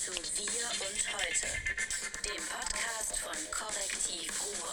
zu Wir und Heute, dem Podcast von Korrektiv Ruhr.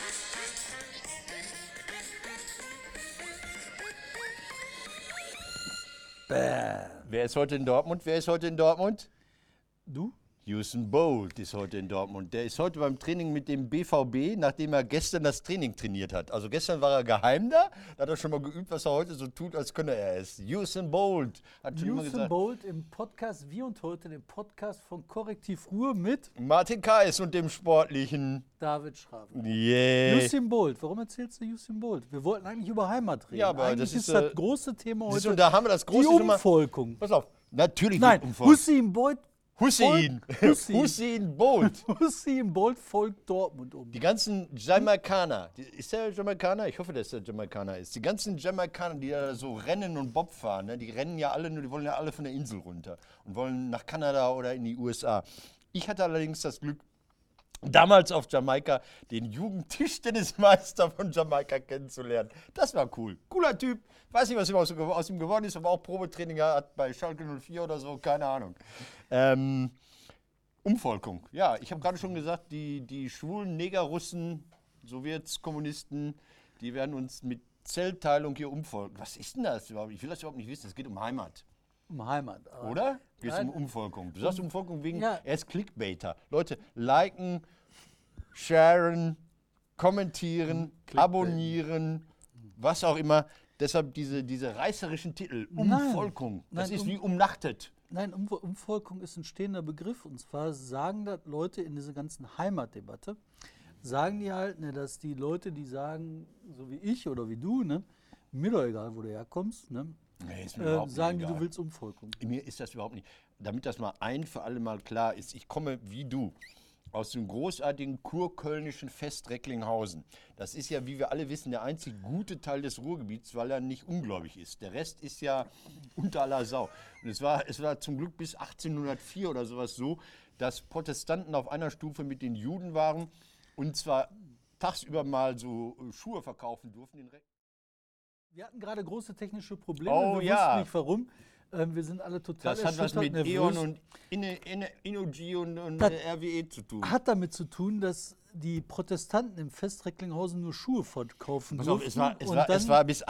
Wer ist heute in Dortmund? Du? Usain Bolt ist heute in Dortmund. Der ist heute beim Training mit dem BVB, nachdem er gestern das Training trainiert hat. Also gestern war er geheim da hat er schon mal geübt, was er heute so tut, als könne er es. Usain Bolt hat schon immer gesagt. Usain Bolt im Podcast Wir und Heute, dem Podcast von Korrektiv Ruhr mit Martin Kais und dem sportlichen David Schraven. Yeah. Usain Bolt, warum erzählst du Usain Bolt? Wir wollten eigentlich über Heimat reden. Ja, aber eigentlich das ist ist, das große Thema Siehst du, heute und da haben wir das große die Thema. Umvolkung. Pass auf, natürlich Nein, wird Umvolkung. Usain Bolt Hussein Bolt. Usain Bolt folgt Dortmund um. Die ganzen Jamaikaner, ist der Jamaikaner? Ich hoffe, dass der Jamaikaner ist. Die ganzen Jamaikaner, die da so rennen und Bob fahren, ne? Die rennen ja alle, die wollen ja alle von der Insel runter und wollen nach Kanada oder in die USA. Ich hatte allerdings das Glück, damals auf Jamaika den Jugendtischtennismeister von Jamaika kennenzulernen. Das war cool. Cooler Typ. Weiß nicht, was aus ihm geworden ist, aber auch Probetraining hat bei Schalke 04 oder so, keine Ahnung. Umvolkung. Ja, ich habe gerade schon gesagt, die schwulen Negerrussen, Sowjets, Kommunisten, die werden uns mit Zellteilung hier umvolken. Was ist denn das überhaupt? Ich will das überhaupt nicht wissen. Es geht um Heimat. Um Heimat. Oder? Geht es um Umvolkung? Du sagst Umvolkung wegen, Ja. er ist Clickbaiter. Leute, liken, sharen, kommentieren, abonnieren, was auch immer. Deshalb diese reißerischen Titel, Umvolkung. Das ist wie umnachtet. Nein, Umvolkung ist ein stehender Begriff. Und zwar sagen das Leute in dieser ganzen Heimatdebatte, sagen die halt, ne, dass die Leute, die sagen, so wie ich oder wie du, ne, mir doch egal, wo du herkommst, ne, Nee, ist mir überhaupt nicht sagen die, egal. du willst Umvolkung. Mir ist das überhaupt nicht. Damit das mal ein für alle Mal klar ist, ich komme wie du aus dem großartigen kurkölnischen Fest Recklinghausen. Das ist ja, wie wir alle wissen, der einzig gute Teil des Ruhrgebiets, weil er nicht ungläubig ist. Der Rest ist ja unter aller Sau. Und es war zum Glück bis 1804 oder sowas so, dass Protestanten auf einer Stufe mit den Juden waren und zwar tagsüber mal so Schuhe verkaufen durften. Wir hatten gerade große technische Probleme, Oh, wir ja. wussten nicht warum. Wir sind alle total Das hat was mit nervös. E.ON und Innogy und Das RWE zu tun. Hat damit zu tun, dass die Protestanten im Fest Recklinghausen nur Schuhe verkaufen Pass auf, durften. es war bis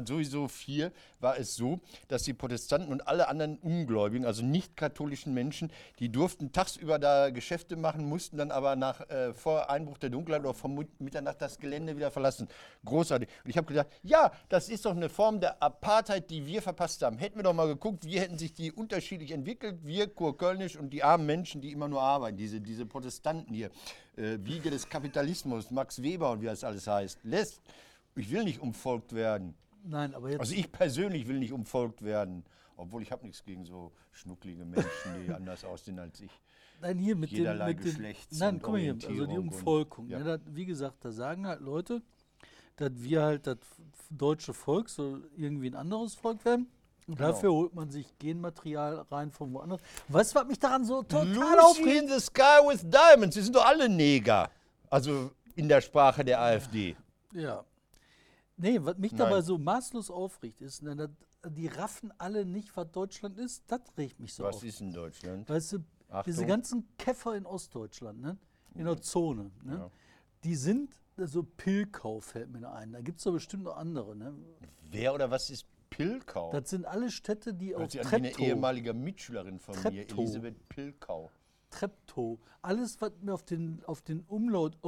1804 war es so, dass die Protestanten und alle anderen Ungläubigen, also nicht katholischen Menschen, die durften tagsüber da Geschäfte machen, mussten dann aber vor Einbruch der Dunkelheit oder vor Mitternacht das Gelände wieder verlassen. Großartig. Und ich habe gedacht, ja, das ist doch eine Form der Apartheid, die wir verpasst haben. Hätten wir doch mal geguckt, wie hätten sich die unterschiedlich entwickelt, wir kurkölnisch und die armen Menschen, die immer nur arbeiten, diese Protestanten hier. Wiege des Kapitalismus, Max Weber und wie das alles heißt. Ich will nicht umvolkt werden. Nein, aber jetzt. Also ich persönlich will nicht umvolkt werden, obwohl ich habe nichts gegen so schnucklige Menschen, die anders aussehen als ich. Nein, hier mit Jederlei dem. Geschlechts- Nein, und guck mal hier, also die Orientierung Umvolkung. und- ja. Ne, wie gesagt, da sagen halt Leute, dass wir halt das deutsche Volk soll irgendwie ein anderes Volk werden. Und Genau. dafür holt man sich Genmaterial rein von woanders. Weißt du, was mich daran so total Lucy aufregt? in the sky with diamonds. Sie sind doch alle Neger. Also in der Sprache der AfD. Ja. Nee, was mich Nein. dabei so maßlos aufregt, ist, ne, die raffen alle nicht, was Deutschland ist. Das regt mich so Was auf. ist in Deutschland? Weißt du, diese Achtung. ganzen Käfer in Ostdeutschland, ne, in der Zone, ne, Ja. die sind so Pilkau, fällt mir da ein. Da gibt es doch bestimmt noch andere. Ne? Wer oder was ist Pilkau? Das sind alle Städte, die auf Hört sich an wie eine Treptow, ehemalige Mitschülerin von mir, Treptow. Elisabeth Pilkau. Treptow, alles, was mir auf den Umlaut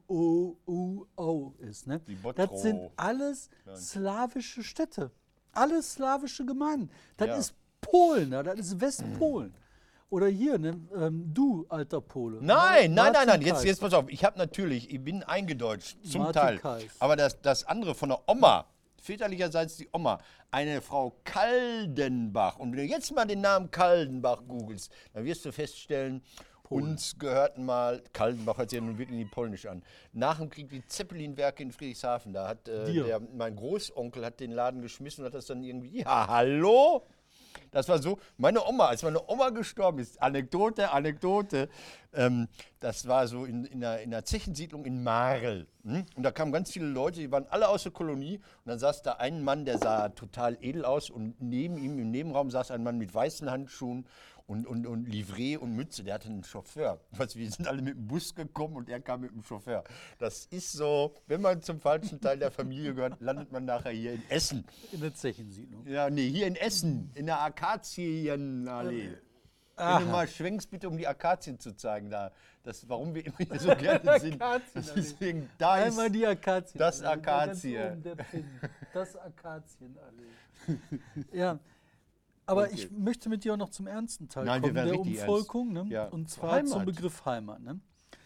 O ist, ne? Die Bottrow. Das sind alles slawische Städte. Alles slawische Gemeinden. Das Ja. ist Polen, ne? Das ist Westpolen. Oder hier, ne? Du, alter Pole. Nein. Martin Jetzt Kais. pass auf. Ich bin eingedeutscht, zum Martin Teil. Kais. Aber das andere von der Oma, väterlicherseits die Oma, eine Frau Kaldenbach. Und wenn du jetzt mal den Namen Kaldenbach googelst, dann wirst du feststellen, uns gehörten mal, Kaldenbach hört sich ja nun wirklich nicht polnisch an, nach dem Krieg die Zeppelin-Werke in Friedrichshafen. Da hat mein Großonkel hat den Laden geschmissen und hat das dann irgendwie, ja, hallo? Das war so, meine Oma, als meine Oma gestorben ist, Anekdote, das war so in einer Zechensiedlung in Marl. Und da kamen ganz viele Leute, die waren alle aus der Kolonie. Und dann saß da ein Mann, der sah total edel aus. Und neben ihm im Nebenraum saß ein Mann mit weißen Handschuhen und Livret und Mütze. Der hatte einen Chauffeur. Wir sind alle mit dem Bus gekommen und er kam mit dem Chauffeur. Das ist so, wenn man zum falschen Teil der Familie gehört, landet man nachher hier in Essen. In der Zechensiedlung. Ja, nee, hier in Essen, in der Akazienallee. Wenn du mal schwenkst, bitte um die Akazien zu zeigen, da. Warum wir immer hier so gerne sind. Deswegen, da Einmal ist die Akazien. das Da ganz Akazie. oben der Pin. Das Akazienallee. Ja, aber Okay. ich möchte mit dir auch noch zum ernsten Teil Nein, wir kommen, werden der richtig Umvolkung. Ne? Ja. Und zwar Heimat. zum Begriff Heimat. Ne?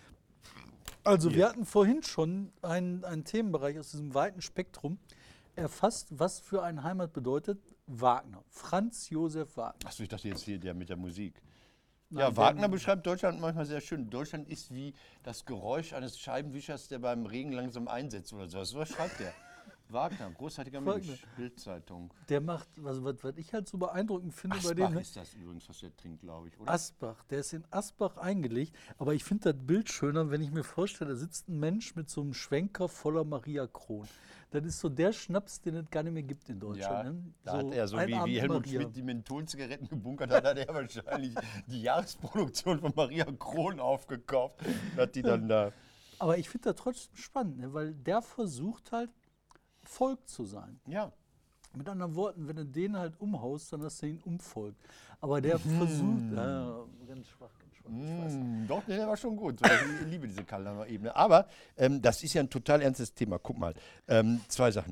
Also wir hatten vorhin schon einen Themenbereich aus diesem weiten Spektrum erfasst, was für eine Heimat bedeutet. Wagner, Franz Josef Wagner. Achso, ich dachte jetzt hier der mit der Musik. Nein, Ja, der- Wagner beschreibt Deutschland manchmal sehr schön. Deutschland ist wie das Geräusch eines Scheibenwischers, der beim Regen langsam einsetzt oder sowas. So was schreibt er. Wagner, großartiger Wagner. Mensch, Bildzeitung. Der macht, was ich halt so beeindruckend finde bei Asbach dem. ist das übrigens, was der trinkt, glaube ich, oder? Asbach, der ist in Asbach eingelegt, aber ich finde das Bild schöner, wenn ich mir vorstelle, da sitzt ein Mensch mit so einem Schwenker voller Maria Kron. Das ist so der Schnaps, den es gar nicht mehr gibt in Ja, Deutschland. Ne? da hat er so ein wie Abend Helmut Maria. Schmidt die Mentholzigaretten gebunkert hat, hat er wahrscheinlich die Jahresproduktion von Maria Kron aufgekauft. Hat die dann da. Aber ich finde das trotzdem spannend, ne? Weil der versucht halt, Volk zu sein. Ja. Mit anderen Worten, wenn du den halt umhaust, dann hast du ihn umfolgt. Aber der versucht, ganz schwach, ich weiß. Doch, nee, der war schon gut. So, ich liebe diese Kalender Ebene. Aber das ist ja ein total ernstes Thema. Guck mal, zwei Sachen.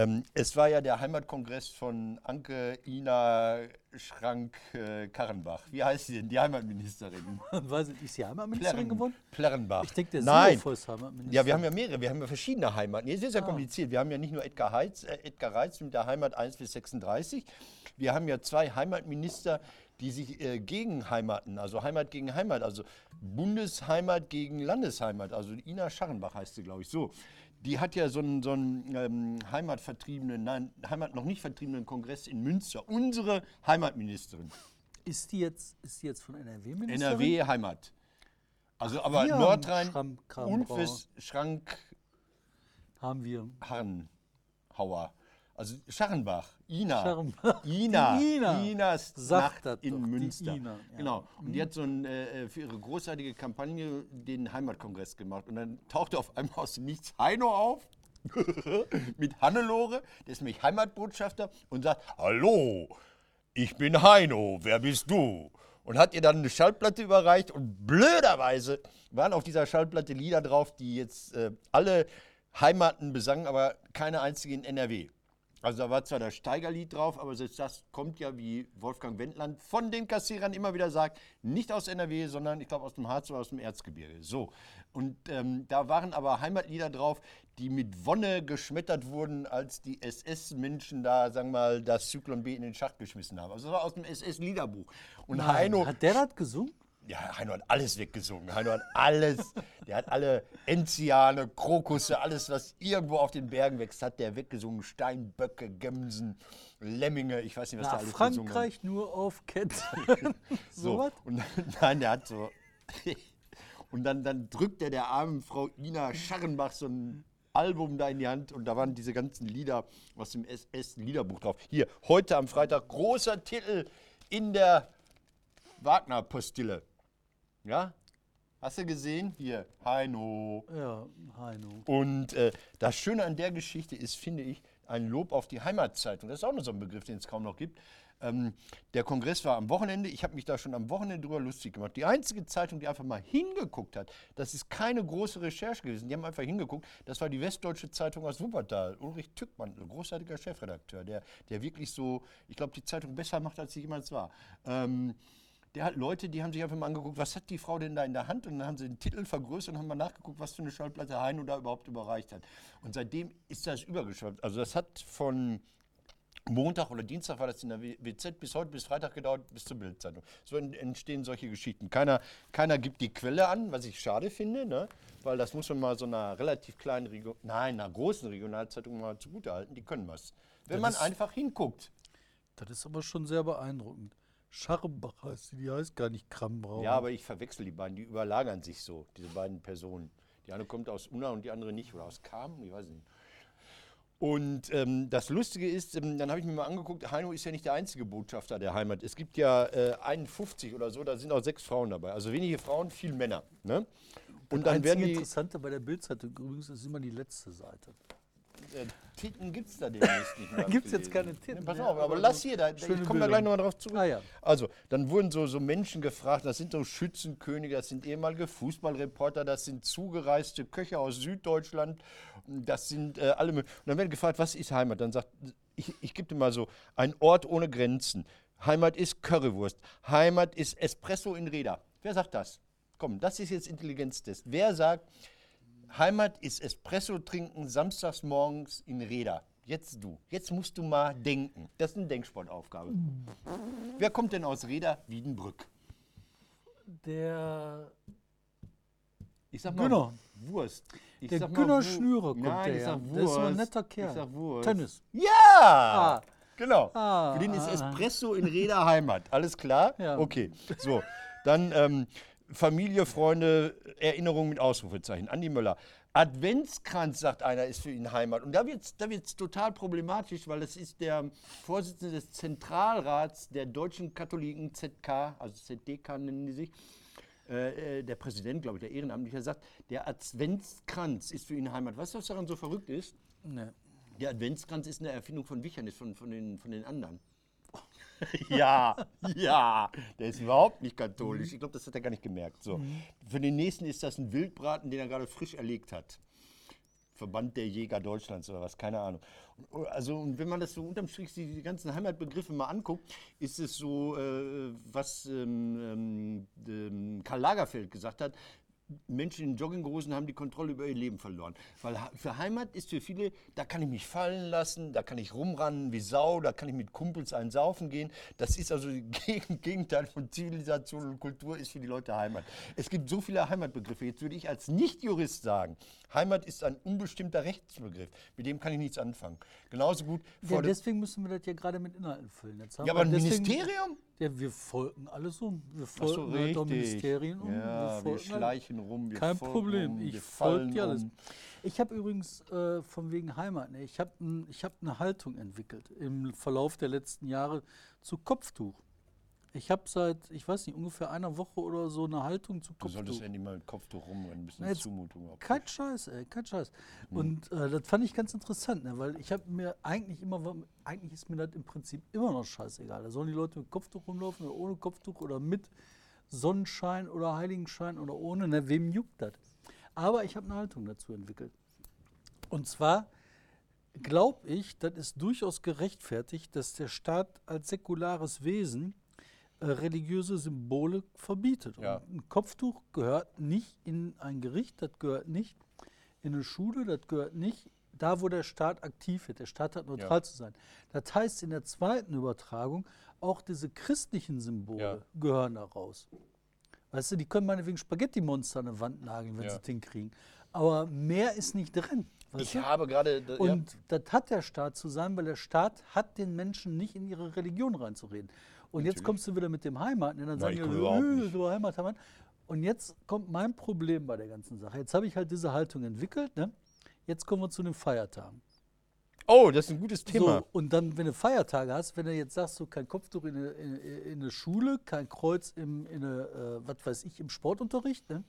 Es war ja der Heimatkongress von Anke Ina Schrank-Karrenbach. Wie heißt sie denn, die Heimatministerin? Weiß ich, ist die Heimatministerin geworden? Plärrenbach. Ich denke, der Nein. Seehofer ist Heimatminister. Ja, wir haben ja mehrere, wir haben ja verschiedene Heimaten. Es ist ja kompliziert. Wir haben ja nicht nur Edgar Reitz mit der Heimat 1 bis 36. Wir haben ja zwei Heimatminister, die sich gegen Heimaten, also Heimat gegen Heimat, also Bundesheimat gegen Landesheimat, also Ina Scharrenbach heißt sie, glaube ich, so. Die hat ja so einen Heimat noch nicht vertriebenen Kongress in Münster. Unsere Heimatministerin. Ist die jetzt von NRW-Ministerin? NRW Heimat. Also aber wir haben Nordrhein Schramm-Kram und Brauer. fürs Schrank Haben wir. Harrenhauer. Also Scharrenbach, Ina. Scharrenbach. Ina. Die Ina. Inas Sagt Nacht das in doch, die Münster. Ina, ja. Genau. Und die hat so für ihre großartige Kampagne den Heimatkongress gemacht. Und dann tauchte auf einmal aus dem Nichts Heino auf. Mit Hannelore, der ist nämlich Heimatbotschafter und sagt: Hallo, ich bin Heino, wer bist du? Und hat ihr dann eine Schallplatte überreicht und blöderweise waren auf dieser Schallplatte Lieder drauf, die jetzt alle Heimaten besangen, aber keine einzige in NRW. Also da war zwar das Steigerlied drauf, aber selbst das kommt ja, wie Wolfgang Wendland von den Kassierern immer wieder sagt, nicht aus NRW, sondern ich glaube aus dem Harz oder aus dem Erzgebirge. So. Und da waren aber Heimatlieder drauf, die mit Wonne geschmettert wurden, als die SS-Menschen da, sagen wir mal, das Zyklon B in den Schacht geschmissen haben. Also das war aus dem SS-Liederbuch. Und Nein, Heino, hat der das gesungen? ja, Heino hat alles weggesungen. Heino hat alles, der hat alle Enziane, Krokusse, alles, was irgendwo auf den Bergen wächst, hat der weggesungen. Steinböcke, Gemsen, Lemminge, ich weiß nicht, was Na, der alles gesungen hat. Frankreich nur auf Kette. So, was? und dann, nein, der hat so. Und dann drückt er der armen Frau Ina Scharrenbach so ein Album da in die Hand und da waren diese ganzen Lieder aus dem SS-Liederbuch drauf. Hier, heute am Freitag, großer Titel in der Wagner-Postille. Ja? Hast du gesehen? Hier, Heino. Ja, Heino. Und das Schöne an der Geschichte ist, finde ich, ein Lob auf die Heimatzeitung. Das ist auch noch so ein Begriff, den es kaum noch gibt. Der Kongress war am Wochenende. Ich habe mich da schon am Wochenende drüber lustig gemacht. Die einzige Zeitung, die einfach mal hingeguckt hat, das ist keine große Recherche gewesen. Die haben einfach hingeguckt. Das war die Westdeutsche Zeitung aus Wuppertal. Ulrich Tückmann, ein großartiger Chefredakteur, der wirklich so, ich glaube, die Zeitung besser macht, als sie jemals war. Der hat Leute, die haben sich einfach mal angeguckt, was hat die Frau denn da in der Hand? Und dann haben sie den Titel vergrößert und haben mal nachgeguckt, was für eine Schallplatte Heino da überhaupt überreicht hat. Und seitdem ist das übergeschwappt. Also das hat von Montag oder Dienstag war das in der WZ bis heute, bis Freitag gedauert, bis zur Bildzeitung. So entstehen solche Geschichten. Keiner gibt die Quelle an, was ich schade finde, ne? Weil das muss man mal so einer relativ kleinen einer großen Regionalzeitung mal zugutehalten. Die können was. Wenn man einfach hinguckt. Das ist aber schon sehr beeindruckend. Scharrenbach heißt die heißt gar nicht Krambrauer. Ja, aber ich verwechsel die beiden, die überlagern sich so, diese beiden Personen. Die eine kommt aus Unna und die andere nicht, oder aus Kam, ich weiß nicht. Und das Lustige ist, dann habe ich mir mal angeguckt, Heino ist ja nicht der einzige Botschafter der Heimat. Es gibt ja 51 oder so, da sind auch 6 Frauen dabei. Also wenige Frauen, viel Männer. Ne? Und dann werden die... Interessante bei der Bildzeitung übrigens ist immer die letzte Seite. Titten gibt es da demnächst nicht mehr. Da gibt es jetzt keine Titten. Pass mehr, auf, aber lass hier, ich komme da Bildung. gleich nochmal drauf zurück. Ah, ja. Also, dann wurden so Menschen gefragt, das sind so Schützenkönige, das sind ehemalige Fußballreporter, das sind zugereiste Köche aus Süddeutschland, das sind alle. Und dann werden gefragt, was ist Heimat? Dann sagt, ich gebe dir mal so, ein Ort ohne Grenzen. Heimat ist Currywurst. Heimat ist Espresso in Reda. Wer sagt das? Komm, das ist jetzt Intelligenztest. Wer sagt, Heimat ist Espresso trinken samstags morgens in Reda? Jetzt du. Jetzt musst du mal denken. Das ist eine Denksportaufgabe. Wer kommt denn aus Reda? Wiedenbrück. Der Ich sag mal Günner. Wurst. Ich Der sag mal Günner Wu- Schnüre kommt Nein, der ich ja. sag Wurst. Der ist so ein netter Kerl. Ich sag Wurst. Tennis. Ja! Ah. Genau. Ah, Für den ist ah, Espresso in Reda Heimat. Alles klar? Ja. Okay. So, dann Familie, Freunde, Erinnerungen mit Ausrufezeichen. Andi Möller. Adventskranz, sagt einer, ist für ihn Heimat. Und da wird's total problematisch, weil das ist der Vorsitzende des Zentralrats der deutschen Katholiken, ZK, also ZDK nennen die sich. Der Präsident, glaube ich, der Ehrenamtliche, sagt, der Adventskranz ist für ihn Heimat. Weißt du, was daran so verrückt ist? Ne. Der Adventskranz ist eine Erfindung von Wichernis, von den anderen. Ja, der ist überhaupt nicht katholisch. Ich glaube, das hat er gar nicht gemerkt. So. Für den nächsten ist das ein Wildbraten, den er gerade frisch erlegt hat. Verband der Jäger Deutschlands oder was, keine Ahnung. Also, und wenn man das so unterm Strich die ganzen Heimatbegriffe mal anguckt, ist es so, was Karl Lagerfeld gesagt hat, Menschen in Jogginghosen haben die Kontrolle über ihr Leben verloren. Weil für Heimat ist für viele, da kann ich mich fallen lassen, da kann ich rumrennen wie Sau, da kann ich mit Kumpels einen saufen gehen. Das ist also das Gegenteil von Zivilisation und Kultur, ist für die Leute Heimat. Es gibt so viele Heimatbegriffe. Jetzt würde ich als Nicht-Jurist sagen, Heimat ist ein unbestimmter Rechtsbegriff. Mit dem kann ich nichts anfangen. Genauso gut Ja, deswegen müssen wir das ja gerade mit Inhalten füllen. Jetzt haben Ja, wir aber ein deswegen- Ministerium? Ja, wir folgen alles um. Wir Ach so, folgen halt auch richtig. Ministerien um. Ja, wir folgen halt- schleichen rum, wir Kein folgen Problem, rum, ich wir folge fallen dir alles. um. Ich habe übrigens von wegen Heimat, ne, ich habe eine Haltung entwickelt im Verlauf der letzten Jahre zu Kopftuch. Ich habe seit, ich weiß nicht, ungefähr einer Woche oder so eine Haltung zu Du Kopftuch. solltest endlich mal mit Kopftuch rumrennen, ein bisschen Na, jetzt Zumutung. Auch. Kein Scheiß, ey, kein Scheiß. Und das fand ich ganz interessant, ne, weil ich habe mir eigentlich eigentlich ist mir das im Prinzip immer noch scheißegal. Da sollen die Leute mit Kopftuch rumlaufen oder ohne Kopftuch oder mit Sonnenschein oder Heiligenschein oder ohne, ne, wem juckt das? Aber ich habe eine Haltung dazu entwickelt. Und zwar glaube ich, das ist durchaus gerechtfertigt, dass der Staat als säkulares Wesen religiöse Symbole verbietet. Ja. Und ein Kopftuch gehört nicht in ein Gericht, das gehört nicht in eine Schule, das gehört nicht da, wo der Staat aktiv wird. Der Staat hat neutral zu sein. Das heißt, in der zweiten Übertragung, auch diese christlichen Symbole gehören da raus. Weißt du, die können meinetwegen Spaghetti-Monster an der Wand nageln, wenn sie es hinkriegen. Aber mehr ist nicht drin. Weißt Ich du? habe gerade. Und das hat der Staat zu sein, weil der Staat hat den Menschen nicht in ihre Religion reinzureden. Und jetzt kommst du wieder mit dem Heimat. Und dann sagen ich die, komme überhaupt nicht. so Heimat, Heimat. Und jetzt kommt mein Problem bei der ganzen Sache. Jetzt habe ich halt diese Haltung entwickelt. Ne? Jetzt kommen wir zu den Feiertagen. Oh, das ist ein gutes Thema. So, und dann, wenn du Feiertage hast, wenn du jetzt sagst, so kein Kopftuch in eine Schule, kein Kreuz was weiß ich, im Sportunterricht, ne?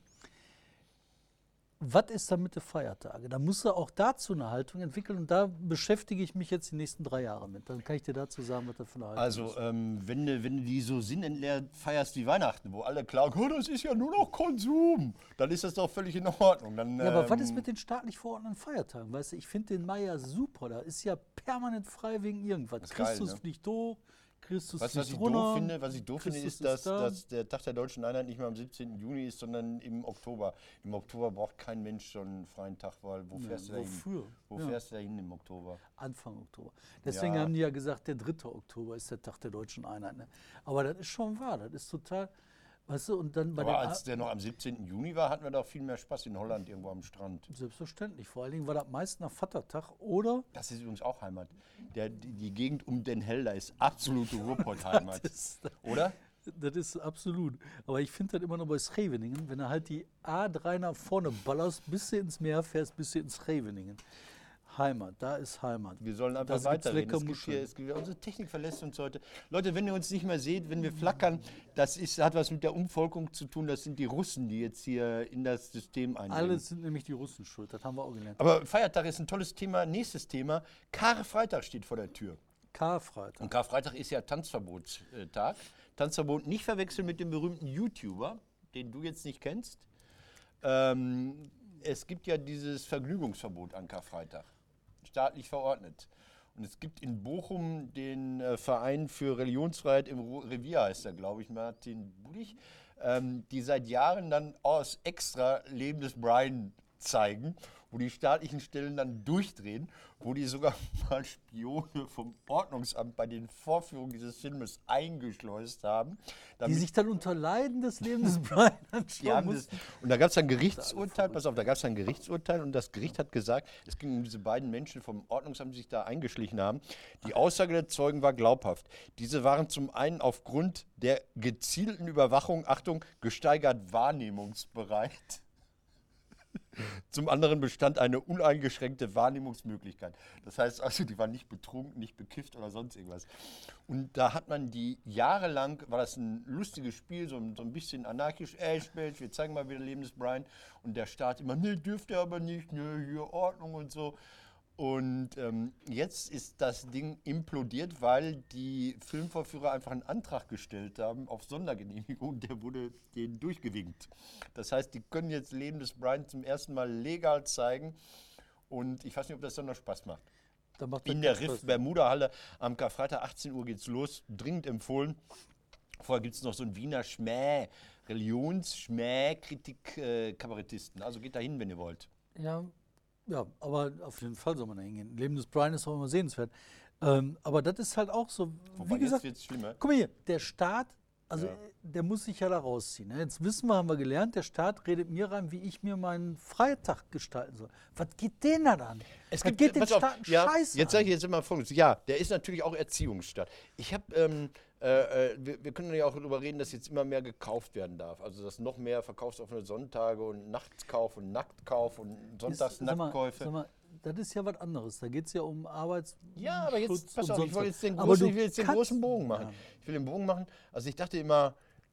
Was ist dann mit den Feiertagen? Da musst du auch dazu eine Haltung entwickeln und da beschäftige ich mich jetzt die nächsten 3 Jahre mit. Dann kann ich dir dazu sagen, was das für eine Haltung Also, ist. wenn du die so sinnentleert feierst wie Weihnachten, wo alle klagen, oh, das ist ja nur noch Konsum, dann ist das doch völlig in Ordnung. Dann, Ja, aber was ist mit den staatlich verordneten Feiertagen? Weißt du, ich finde den Mai ja super. Da ist ja permanent frei wegen irgendwas. Das ist geil, Christus ne? fliegt hoch, Christus Was fliegt ich runter. doof finde, Christus ist, dass, da. dass der Tag der Deutschen Einheit nicht mehr am 17. Juni ist, sondern im Oktober. Im Oktober braucht kein Mensch so einen freien Tag, weil wo fährst du da hin? wofür? Wo Ja. fährst du da hin im Oktober? Anfang Oktober. Deswegen Ja. haben die ja gesagt, der 3. Oktober ist der Tag der Deutschen Einheit. Ne? Aber das ist schon wahr. Das ist total. Weißt du, und dann bei Aber dem als der noch am 17. Juni war, hatten wir doch viel mehr Spaß in Holland irgendwo am Strand. Selbstverständlich. Vor allen Dingen war das meist nach Vatertag oder Das ist übrigens auch Heimat. Die Gegend um Den Helder ist absolute Ruhrpott-Heimat. Oder? das ist absolut. Aber ich finde das immer noch bei Scheveningen, wenn du halt die A3 nach vorne ballerst, bis du ins Meer fährst, bis du ins Scheveningen. Heimat, da ist Heimat. Wir sollen einfach Da gibt's weiterreden. lecker Muscheln. Unsere Technik verlässt uns heute. Leute, wenn ihr uns nicht mehr seht, wenn wir flackern, hat was mit der Umvolkung zu tun. Das sind die Russen, die jetzt hier in das System eindringen. Alles sind nämlich die Russen schuld, das haben wir auch gelernt. Aber Feiertag ist ein tolles Thema. Nächstes Thema. Karfreitag steht vor der Tür. Karfreitag. Und Karfreitag ist ja Tanzverbotstag. Tanzverbot nicht verwechseln mit dem berühmten YouTuber, den du jetzt nicht kennst. Es gibt ja dieses Vergnügungsverbot an Karfreitag, staatlich verordnet. Und es gibt in Bochum den Verein für Religionsfreiheit im Revier, heißt er, glaube ich, Martin Budig, die seit Jahren dann aus extra Leben des Brian zeigen, wo die staatlichen Stellen dann durchdrehen, wo die sogar mal Spione vom Ordnungsamt bei den Vorführungen dieses Filmes eingeschleust haben. Die sich dann unter Leiden des Lebens Brian Die anschauen haben mussten. das, und da gab es ein Gerichtsurteil, pass auf, da gab es ein Gerichtsurteil und das Gericht hat gesagt, es ging um diese beiden Menschen vom Ordnungsamt, die sich da eingeschlichen haben. Die Aussage der Zeugen war glaubhaft. Diese waren zum einen aufgrund der gezielten Überwachung, Achtung, gesteigert wahrnehmungsbereit. Zum anderen bestand eine uneingeschränkte Wahrnehmungsmöglichkeit. Das heißt also, die waren nicht betrunken, nicht bekifft oder sonst irgendwas. Und da hat man die jahrelang, war das ein lustiges Spiel, so ein bisschen anarchisch, wir zeigen mal wieder Leben des Brian. Und der Staat immer, nee, dürft ihr aber nicht, nee, hier Ordnung und so. Und jetzt ist das Ding implodiert, weil die Filmvorführer einfach einen Antrag gestellt haben auf Sondergenehmigung. Der wurde denen durchgewinkt. Das heißt, die können jetzt Leben des Brian zum ersten Mal legal zeigen. Und ich weiß nicht, ob das dann noch Spaß macht. Da macht das In der keinen Riff Spaß. Bermuda-Halle am Karfreitag 18 Uhr geht's los. Dringend empfohlen. Vorher gibt es noch so einen Wiener Schmäh, Religionsschmäh-Kritik-Kabarettisten. Also geht da hin, wenn ihr wollt. Ja, aber auf jeden Fall soll man da hingehen. Leben des Brian ist auch immer sehenswert. Aber das ist halt auch so, Wobei wie gesagt, jetzt wird es schlimmer. guck mal hier, der Staat, also Ja. der muss sich ja da rausziehen. Ne? Jetzt wissen wir, haben wir gelernt, der Staat redet mir rein, wie ich mir meinen Freitag gestalten soll. Was geht den da an? Es Was gibt, geht den pass auf, Staat einen ja, Scheiß jetzt an? sage ich jetzt immer Folgendes. Ja, der ist natürlich auch Erziehungsstaat. Ich habe, wir können ja auch darüber reden, dass jetzt immer mehr gekauft werden darf. Also dass noch mehr verkaufsoffene Sonntage und Nachtkauf und Nacktkauf und Sonntagsnacktkäufe. Sag mal, das ist ja was anderes. Da geht es ja um Arbeitsschutz. Ja, aber jetzt, pass und auf, sonst ich will was. jetzt den Aber großen, du ich will jetzt den kannst- großen Bogen machen. Ja. Ich will den Bogen machen. Also ich dachte immer,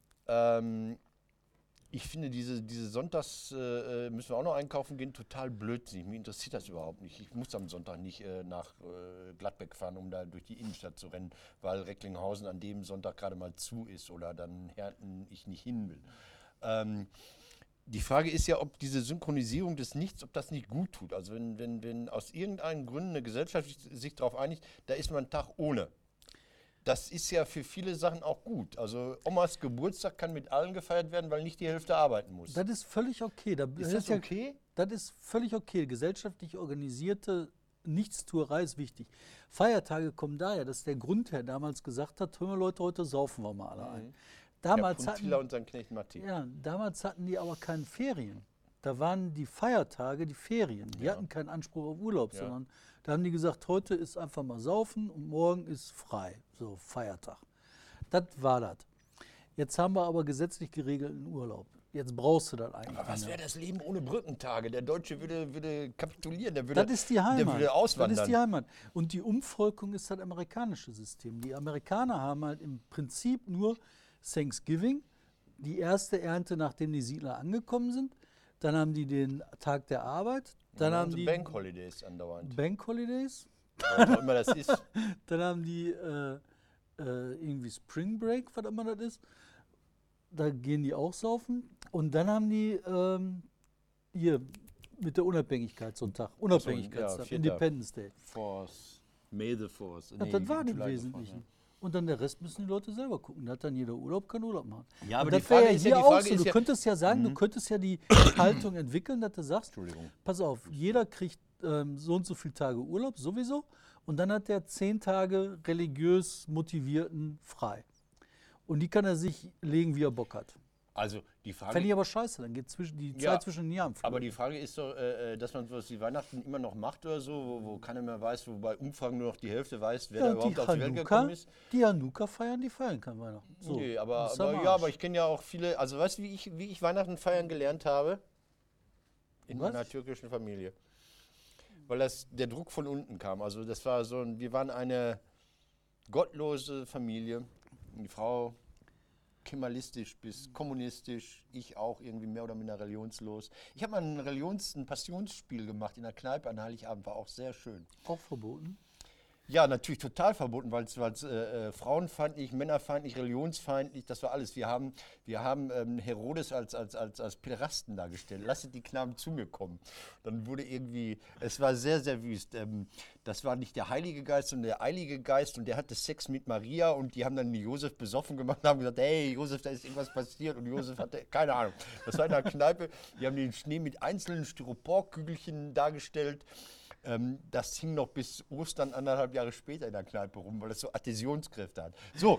ich finde diese Sonntags müssen wir auch noch einkaufen gehen, total blödsinnig. Mich interessiert das überhaupt nicht. Ich muss am Sonntag nicht nach Gladbeck fahren, um da durch die Innenstadt zu rennen, weil Recklinghausen an dem Sonntag gerade mal zu ist oder dann Herten ich nicht hin will. Die Frage ist ja, ob diese Synchronisierung des Nichts, ob das nicht gut tut. Also wenn aus irgendeinen Gründen eine Gesellschaft sich darauf einigt, da ist man einen Tag ohne. Das ist ja für viele Sachen auch gut. Also Omas Geburtstag kann mit allen gefeiert werden, weil nicht die Hälfte arbeiten muss. Das ist völlig okay. Ist das okay? Das ist völlig okay. Gesellschaftlich organisierte Nichtstuerei ist wichtig. Feiertage kommen daher, dass der Grundherr damals gesagt hat, hör mal Leute, heute saufen wir mal alle ein. Damals Herr Puntilla und sein Knecht Matti. damals hatten die aber keine Ferien. Da waren die Feiertage die Ferien. Die Ja. hatten keinen Anspruch auf Urlaub, Ja. sondern da haben die gesagt, heute ist einfach mal saufen und morgen ist frei. So, Feiertag. Das war das. Jetzt haben wir aber gesetzlich geregelten Urlaub. Jetzt brauchst du das eigentlich. Aber was nicht wäre mehr. das Leben ohne Brückentage? Der Deutsche würde kapitulieren, der würde, Das ist die Heimat. der würde auswandern. Das ist die Heimat. Und die Umvolkung ist das amerikanische System. Die Amerikaner haben halt im Prinzip nur Thanksgiving, die erste Ernte, nachdem die Siedler angekommen sind. Dann haben die den Tag der Arbeit. Dann haben die Bank Holidays andauernd. Bank Holidays. Was auch immer das ist. Dann haben die irgendwie Spring Break, was immer das ist. Da gehen die auch saufen. Und dann haben die hier mit der Unabhängigkeit so einen Tag. Unabhängigkeitstag, 4. Independence Day. Force. May the Force. Ja, Nee, das war im July the Wesentlichen. Fourth, Und dann der Rest müssen die Leute selber gucken. Da hat dann jeder Urlaub, kann Urlaub machen. Ja, aber Und die das wär Frage ist ja, hier die auch Frage so. ist Du ja- könntest ja sagen, du könntest ja die Haltung entwickeln, dass du sagst, Entschuldigung. pass auf, jeder kriegt so und so viele Tage Urlaub, sowieso. Und dann hat der 10 Tage religiös motivierten frei. Und die kann er sich legen, wie er Bock hat. Also die Frage. Fände ich aber scheiße, dann geht die Ja, Zeit zwischen den Jahren aber flöten. die Frage ist doch, dass man sowas wie Weihnachten immer noch macht oder so, wo keiner mehr weiß, wo bei Umfragen nur noch die Hälfte weiß, wer da Ja, und überhaupt auf die Welt gekommen ist. Die Hanukkah feiern, die feiern kein Weihnachten. So, Nee, das ist am aber Arsch. ich kenne ja auch viele, also weißt du, wie ich Weihnachten feiern gelernt habe? In Was? meiner türkischen Familie. Weil der Druck von unten kam. Also das war wir waren eine gottlose Familie. Die Frau kemalistisch bis kommunistisch, ich auch irgendwie mehr oder minder religionslos. Ich habe mal ein Passionsspiel gemacht in der Kneipe an Heiligabend, war auch sehr schön. Auch verboten. Ja, natürlich total verboten, weil es frauenfeindlich, männerfeindlich, religionsfeindlich, das war alles. Wir haben Herodes als Päderasten dargestellt. Lasset die Knaben zu mir kommen. Dann wurde irgendwie, es war sehr, sehr wüst. Das war nicht der Heilige Geist, sondern der Eilige Geist und der hatte Sex mit Maria und die haben dann Josef besoffen gemacht und haben gesagt, hey Josef, da ist irgendwas passiert und Josef hatte, keine Ahnung. Das war in der Kneipe, die haben den Schnee mit einzelnen Styroporkügelchen dargestellt. Das hing noch bis Ostern 1,5 Jahre später in der Kneipe rum, weil das so Adhäsionskräfte hat. So,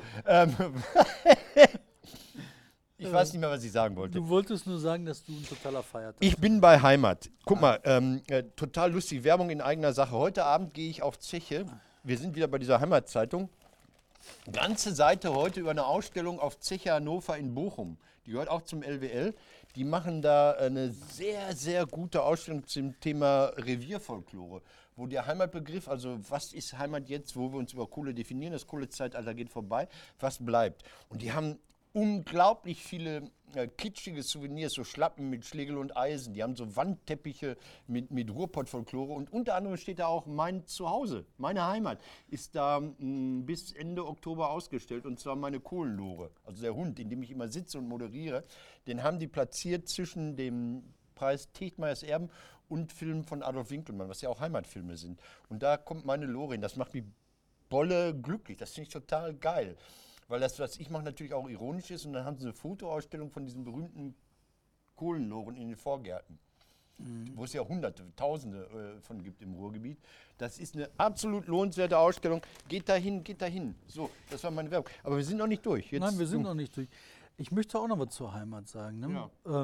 ich weiß nicht mehr, was ich sagen wollte. Du wolltest nur sagen, dass du ein totaler Feiertag Ich bin bei Heimat. Guck mal, total lustig, Werbung in eigener Sache. Heute Abend gehe ich auf Zeche. Wir sind wieder bei dieser Heimatzeitung. Ganze Seite heute über eine Ausstellung auf Zeche Hannover in Bochum. Die gehört auch zum LWL. Die machen da eine sehr, sehr gute Ausstellung zum Thema Revierfolklore, wo der Heimatbegriff, also was ist Heimat jetzt, wo wir uns über Kohle definieren, das Kohlezeitalter geht vorbei, was bleibt. Und die haben unglaublich viele kitschige Souvenirs, so Schlappen mit Schlegel und Eisen. Die haben so Wandteppiche mit Ruhrpott-Folklore. Und unter anderem steht da auch mein Zuhause, meine Heimat, ist da bis Ende Oktober ausgestellt. Und zwar meine Kohlenlore, also der Hund, in dem ich immer sitze und moderiere. Den haben die platziert zwischen dem Preis Tegtmeyers Erben und Filmen von Adolf Winkelmann, was ja auch Heimatfilme sind. Und da kommt meine Lore hin. Das macht mich bolle glücklich. Das finde ich total geil. Weil das, was ich mache, natürlich auch ironisch ist. Und dann haben sie eine Fotoausstellung von diesen berühmten Kohlenloren in den Vorgärten. Wo es ja Hunderte, Tausende von gibt im Ruhrgebiet. Das ist eine absolut lohnenswerte Ausstellung. Geht dahin, geht dahin. So, das war meine Werbung. Aber wir sind noch nicht durch. Jetzt, Nein, wir sind noch nicht durch. Ich möchte auch noch was zur Heimat sagen. Ne? Ja.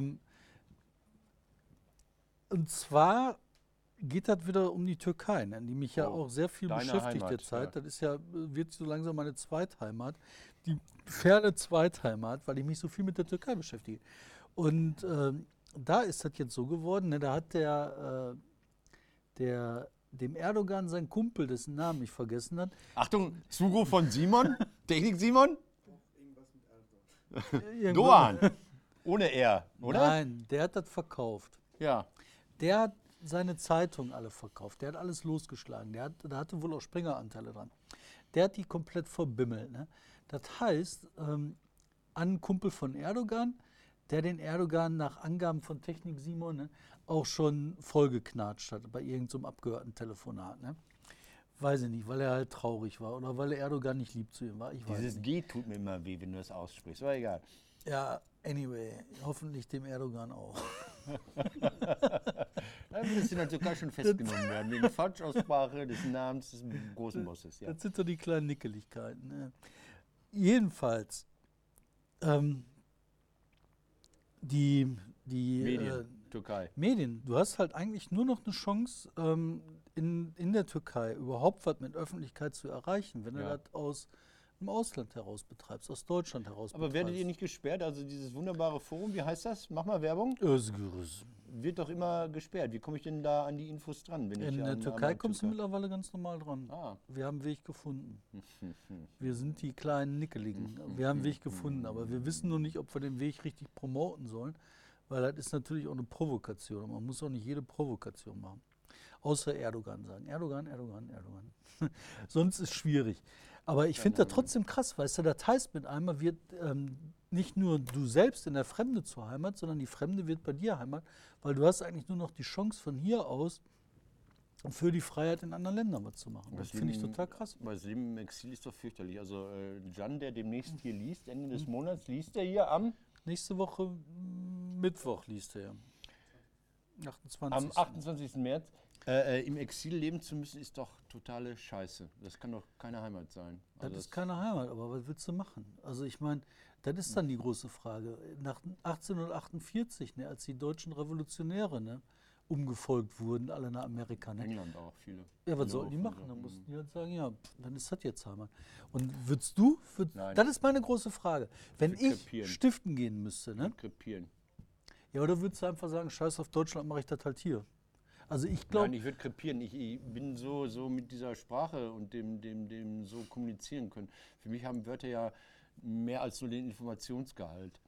Und zwar geht das wieder um die Türkei, ne? Die mich ja Oh, auch sehr viel deine beschäftigt Heimat, derzeit. ja. Das ist ja, wird so langsam meine Zweitheimat. Die ferne Zweitheimat, weil ich mich so viel mit der Türkei beschäftige. Und da ist das jetzt so geworden, ne? Da hat dem Erdogan sein Kumpel, dessen Namen ich vergessen hat, Achtung, Zuruf von Simon. Technik Simon. irgendwo- Doan. Ohne R, oder? Nein, der hat das verkauft. Ja. Der hat seine Zeitungen alle verkauft. Der hat alles losgeschlagen. Da hatte wohl auch Springer-Anteile dran. Der hat die komplett verbimmelt. Ne? Das heißt, ein Kumpel von Erdogan, der den Erdogan nach Angaben von Technik Simon, ne, auch schon vollgeknatscht hat bei irgendeinem Abgeordneten-Telefonat. Ne? Weiß ich nicht, weil er halt traurig war oder weil Erdogan nicht lieb zu ihm war. Ich weiß Dieses nicht. G tut mir immer weh, wenn du das aussprichst. Aber egal. Ja, anyway, hoffentlich dem Erdogan auch. Dann würdest du in der Türkei schon festgenommen werden. Wegen Falschaussprache des Namens des großen Bosses. Ja. Das sind so die kleinen Nickeligkeiten. Ne? Jedenfalls, die Medien, Türkei. Medien, du hast halt eigentlich nur noch eine Chance, in der Türkei überhaupt was mit Öffentlichkeit zu erreichen, wenn du Ja. das aus dem Ausland heraus betreibst, aus Deutschland heraus Aber werdet ihr nicht gesperrt? Also dieses wunderbare Forum, wie heißt das? Mach mal Werbung. Özgürüz. Wird doch immer gesperrt. Wie komme ich denn da an die Infos dran? Wenn In ich der an Türkei an kommst du Türkei- mittlerweile ganz normal dran. Ah. Wir haben einen Weg gefunden. Wir sind die kleinen Nickeligen. Wir haben einen Weg gefunden, aber wir wissen nur nicht, ob wir den Weg richtig promoten sollen, weil das ist natürlich auch eine Provokation. Und man muss auch nicht jede Provokation machen. Außer Erdogan sagen. Erdogan, Erdogan, Erdogan. Sonst ist schwierig. Aber ich finde das trotzdem krass, weißt du, das heißt mit einmal wird nicht nur du selbst in der Fremde zur Heimat, sondern die Fremde wird bei dir Heimat, weil du hast eigentlich nur noch die Chance von hier aus für die Freiheit in anderen Ländern was zu machen. Das finde ich total krass. Weil das Leben im Exil ist doch fürchterlich. Also Can, der demnächst hier liest, Ende des Monats, liest er hier am... Nächste Woche Mittwoch liest er. 28. Am 28. März. Im Exil leben zu müssen, ist doch totale Scheiße. Das kann doch keine Heimat sein. Das ist keine Heimat, aber was willst du machen? Also ich meine, das ist dann die große Frage. Nach 1848, ne, als die deutschen Revolutionäre, ne, umgefolgt wurden, alle nach Amerika. Ne? England auch viele. Ja, was Ja, sollten die viele machen? Dann Sachen. mussten die halt sagen, ja, dann ist das jetzt Heimat. Und würdest du, Nein. das ist meine große Frage, wenn würd ich krepieren. stiften gehen müsste, ne? Krepieren. Ja, oder würdest du einfach sagen, scheiß auf Deutschland, mache ich das halt hier? Also ich glaube, Nein, ich würde krepieren. Ich bin so mit dieser Sprache und dem so kommunizieren können. Für mich haben Wörter ja mehr als nur den Informationsgehalt.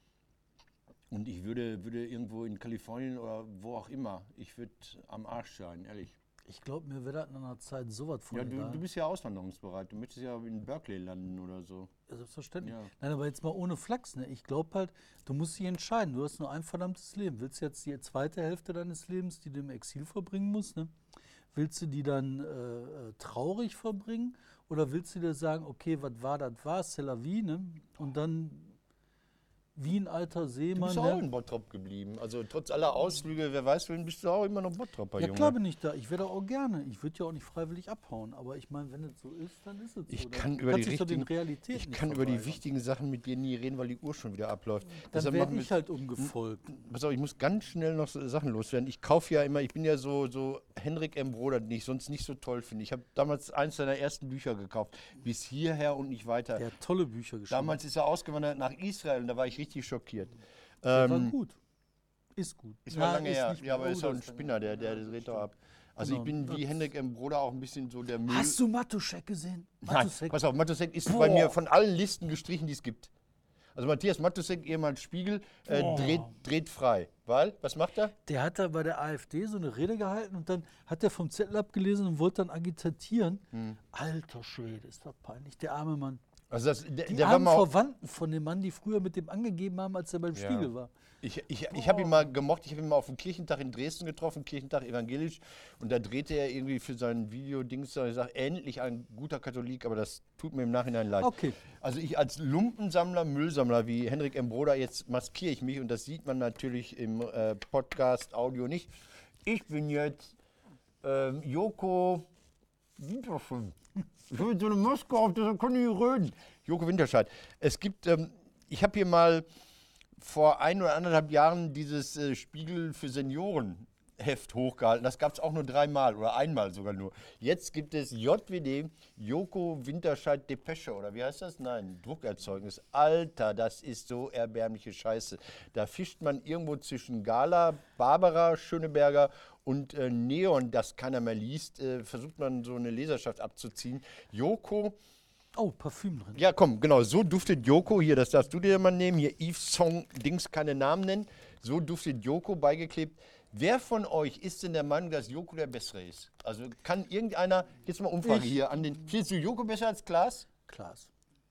Und ich würde irgendwo in Kalifornien oder wo auch immer, ich würde am Arsch sein, ehrlich. ich glaube, mir wäre das in einer Zeit sowas von Ja, egal. du bist ja auswanderungsbereit. Du möchtest ja in Berkeley landen oder so. Ja, selbstverständlich. Ja. Nein, aber jetzt mal ohne Flachs. Ne? Ich glaube halt, du musst dich entscheiden. Du hast nur ein verdammtes Leben. Willst du jetzt die zweite Hälfte deines Lebens, die du im Exil verbringen musst, ne? Willst du die dann traurig verbringen? Oder willst du dir sagen, okay, was war, das war, c'est la vie, ne? Und dann wie ein alter Du Seemann. bist auch ne? in Bottrop geblieben. Also trotz aller Ausflüge, wer weiß, wohin bist du auch immer noch Bottroper, Ja Junge. klar bin ich da. Ich wäre da auch gerne. Ich würde ja auch nicht freiwillig abhauen. Aber ich meine, wenn es so ist, dann ist es so. Ich Dann kann über die kannst dich doch den richtigen, Realitäten ich nicht kann über die verweigern. wichtigen Sachen mit dir nie reden, weil die Uhr schon wieder abläuft. Dann Deshalb werde machen wir ich halt umgefolgt. Pass auf, ich muss ganz schnell noch so Sachen loswerden. Ich kaufe ja immer, ich bin ja so Henrik M. Broder, den ich sonst nicht so toll finde. Ich habe damals eins seiner ersten Bücher gekauft, bis hierher und nicht weiter. Der hat tolle Bücher geschrieben. Damals ist er ausgewandert nach Israel und da war ich richtig schockiert. Der war gut. Ist gut. Ist mal lange her. nicht Ja, aber mehr- ist oh, auch ein das ist Spinner, der lange her. dreht doch ab. Also Genau. ich bin wie Henrik M. Broder auch ein bisschen so der Müll. Hast du Matuschek gesehen? Nein, Matuschek. pass auf, Matusek ist Boah. bei mir von allen Listen gestrichen, die es gibt. Also Matthias Matusek, ehemals Spiegel, dreht frei. Weil, was macht er? Der hat da bei der AfD so eine Rede gehalten und dann hat er vom Zettel abgelesen und wollte dann agitieren. Alter Schwede, ist das peinlich. Der arme Mann. Also Die der war armen mal, Verwandten von dem Mann, die früher mit dem angegeben haben, als er beim Ja. Spiegel war. ich habe ihn mal gemocht, ich habe ihn mal auf dem Kirchentag in Dresden getroffen, Kirchentag evangelisch, und da drehte er irgendwie für sein Video-Dings, und ich sage, endlich ein guter Katholik, aber das tut mir im Nachhinein leid. Okay. Also ich als Lumpensammler, Müllsammler wie Henrik M. Broder, jetzt maskiere ich mich, und das sieht man natürlich im Podcast, Audio nicht. Ich bin jetzt Joko Winterscheid. Ich habe so eine Maske auf, deshalb kann ich nicht reden. Joko Winterscheid. Es gibt, ich habe hier mal vor 1 oder 1,5 Jahren dieses Spiegel für Senioren Heft hochgehalten. Das gab es auch nur 3-mal oder einmal sogar nur. Jetzt gibt es JWD, Joko Winterscheid Depesche, oder wie heißt das? Nein, Druckerzeugnis. Alter, das ist so erbärmliche Scheiße. Da fischt man irgendwo zwischen Gala, Barbara, Schöneberger und Neon, das keiner mehr liest, versucht man so eine Leserschaft abzuziehen. Joko, Oh, Parfüm drin. ja komm, genau, so duftet Joko, hier, das darfst du dir mal nehmen, hier Yves Song, Dings, keine Namen nennen, so duftet Joko, beigeklebt. Wer von euch ist denn der Meinung, dass Joko der Bessere ist? Also kann irgendeiner, jetzt mal Umfrage Ich. hier an den, findest du Joko besser als Klaas? Klaas.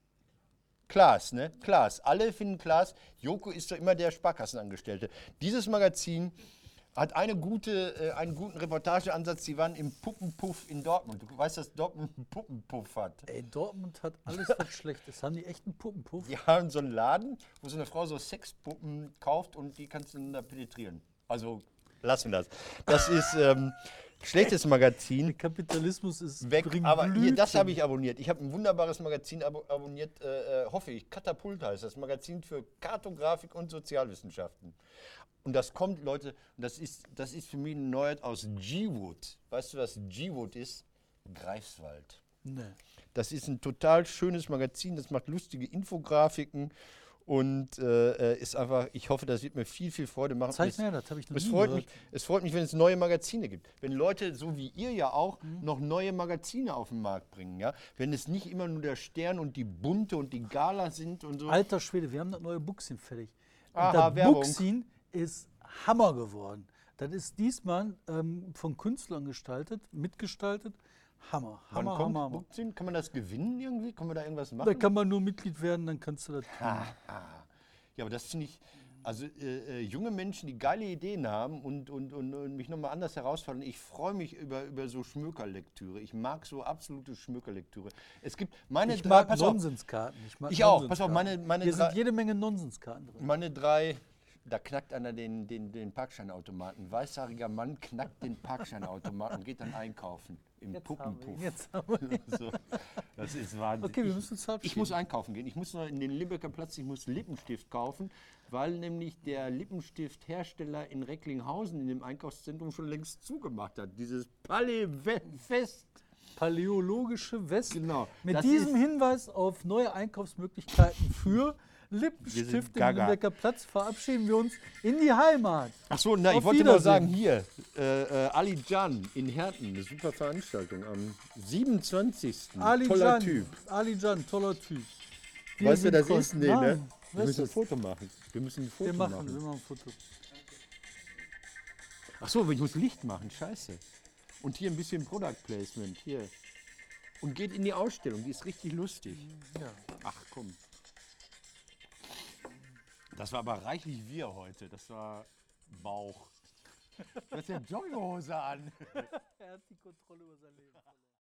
Klaas, ne? Klaas. Alle finden Klaas. Joko ist doch immer der Sparkassenangestellte. Dieses Magazin hat einen guten Reportageansatz. Die waren im Puppenpuff in Dortmund. Du weißt, dass Dortmund einen Puppenpuff hat. Ey, Dortmund hat alles, was schlecht ist. Haben die echt einen Puppenpuff? Die haben so einen Laden, wo so eine Frau so Sexpuppen kauft und die kannst du dann da penetrieren. Also lassen wir das. Das ist schlechtes Magazin. Kapitalismus ist Weg, bringt aber hier, Blüten. das habe ich abonniert. Ich habe ein wunderbares Magazin abonniert, hoffe ich. Katapult heißt das, Magazin für Kartografik und Sozialwissenschaften. Und das kommt, Leute, und das ist für mich eine Neuheit aus G-Wood. Weißt du, was G-Wood ist? Greifswald. Nee. Das ist ein total schönes Magazin, das macht lustige Infografiken und ist einfach, ich hoffe, das wird mir viel, viel Freude machen. Zeig mir, das habe ich noch Es nie freut, gehört. mich, es freut mich, wenn es neue Magazine gibt. Wenn Leute, so wie ihr ja auch, noch neue Magazine auf den Markt bringen. Ja? Wenn es nicht immer nur der Stern und die Bunte und die Gala sind und so. Alter Schwede, wir haben das neue Buxin fertig. Und Aha, das Werbung. Buxin ist Hammer geworden. Das ist diesmal von Künstlern gestaltet, mitgestaltet. Hammer, Wann Hammer, kommt Hammer, Hammer. Booksinn? Kann man das gewinnen irgendwie? Kann man da irgendwas Da machen? kann man nur Mitglied werden, dann kannst du das tun. Ja, aber das finde ich, also junge Menschen, die geile Ideen haben und mich nochmal anders herausfordern. Ich freue mich über so Schmökerlektüre. Ich mag so absolute Schmökerlektüre. Es gibt meine Ich drei, mag pass auf, Nonsenskarten. Ich auch. Pass auf, meine Hier drei, sind jede Menge Nonsenskarten drin. meine drei Da knackt einer den Parkscheinautomaten. Ein weißhaariger Mann knackt den Parkscheinautomaten und geht dann einkaufen. Im Puppenpuff. Jetzt haben wir ihn. So, das ist Wahnsinn. Okay, wir müssen uns Ich verabschieden. muss einkaufen gehen. Ich muss noch in den Limbecker Platz, ich muss Lippenstift kaufen, weil nämlich der Lippenstifthersteller in Recklinghausen in dem Einkaufszentrum schon längst zugemacht hat. Dieses Palais-Fest. Paläologische West. Genau. Mit Das diesem ist- Hinweis auf neue Einkaufsmöglichkeiten für Lippenstift im Gaga. Limbecker Platz verabschieden wir uns in die Heimat. Achso, na, ich Auf wollte mal Wiedersehen. sagen, hier, Ali Can in Herten, eine super Veranstaltung am 27. Ali Toller Can, Typ. Ali Can, toller Typ. Wir Weißt du, sind das voll- ist? Nee, Nein, ne? Wir wer ist müssen ein das? Foto machen. Wir müssen ein Foto Wir machen machen. ein Foto. Achso, ich muss Licht machen, scheiße. Und hier ein bisschen Product Placement, hier. Und geht in die Ausstellung, die ist richtig lustig. Ja. Ach komm. Das war aber reichlich wir heute, das war Bauch. Du hast ja Jogginghose an. Er hat die Kontrolle über sein Leben verloren.